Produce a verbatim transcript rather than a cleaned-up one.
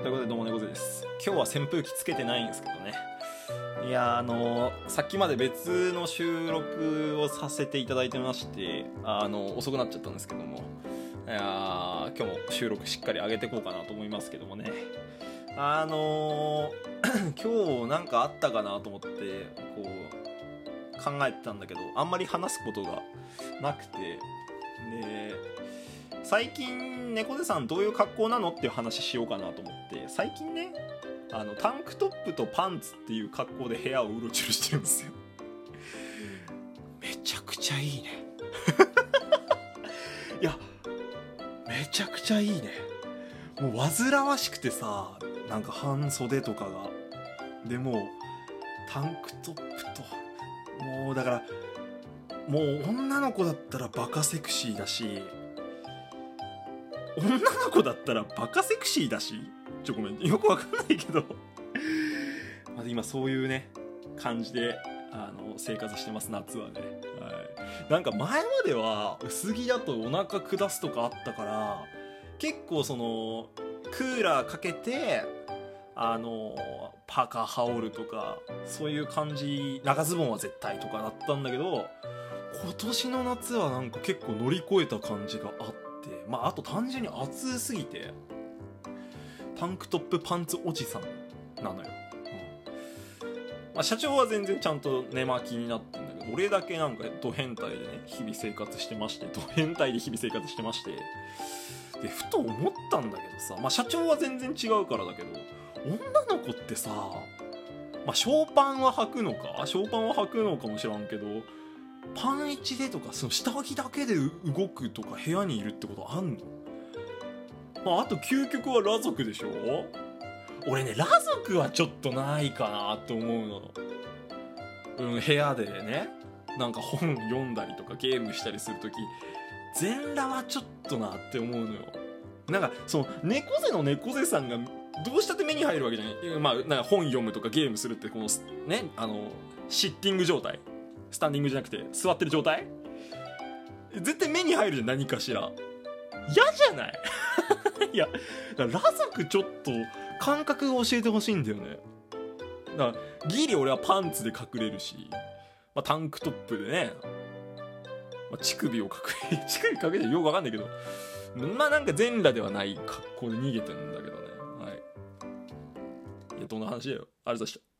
ということでどうも猫背です。今日は扇風機つけてないんですけどね。いやあのー、さっきまで別の収録をさせていただいてまして、あのー、遅くなっちゃったんですけども、いや今日も収録しっかり上げていこうかなと思いますけどもね。あのー、今日なんかあったかなと思ってこう考えてたんだけど、あんまり話すことがなくて、で最近猫背さんどういう格好なのっていう話しようかなと思って、最近ねあのタンクトップとパンツっていう格好で部屋をうろちょろしてるんですよ。めちゃくちゃいいねいやめちゃくちゃいいね。もう煩わしくてさ、なんか半袖とかがでもタンクトップと、もうだからもう女の子だったらバカセクシーだし、女の子だったらバカセクシーだし、ちょごめんよくわかんないけどまず今そういうね感じであの生活してます、夏はね、はい、なんか前までは薄着だとお腹下すとかあったから、結構そのクーラーかけてあのパーカー羽織るとかそういう感じ、長ズボンは絶対とかだったんだけど、今年の夏はなんか結構乗り越えた感じがあって、まああと単純に暑すぎてタンクトップパンツおじさんなのよ、うんまあ、社長は全然ちゃんと寝巻きになってんだけど、俺だけなんかド変態でね日々生活してましてド変態で日々生活してまして、でふと思ったんだけどさ、まあ社長は全然違うからだけど、女の子ってさ、まあショーパンは履くのかショーパンは履くのかもしらんけど、パン一でとかその下着だけで動くとか部屋にいるってことあんの？まああと究極は裸族でしょ。俺ね裸族はちょっとないかなって思うの、うん、部屋でねなんか本読んだりとかゲームしたりするとき全裸はちょっとなって思うのよ。なんかその猫背の猫背さんがどうしたって目に入るわけじゃない。まあなんか本読むとかゲームするってこのねあのシッティング状態、スタンディングじゃなくて座ってる状態絶対目に入るじゃん、何かしら。嫌じゃないいやだから裸族ちょっと感覚を教えてほしいんだよね。だからギリ俺はパンツで隠れるし、まあ、タンクトップでね、まあ、乳首を隠れ乳首隠れてよくわかんないけど、まあなんか全裸ではない格好で逃げてるんだけどね。はい。いやどんな話だよ。ありがとうございました。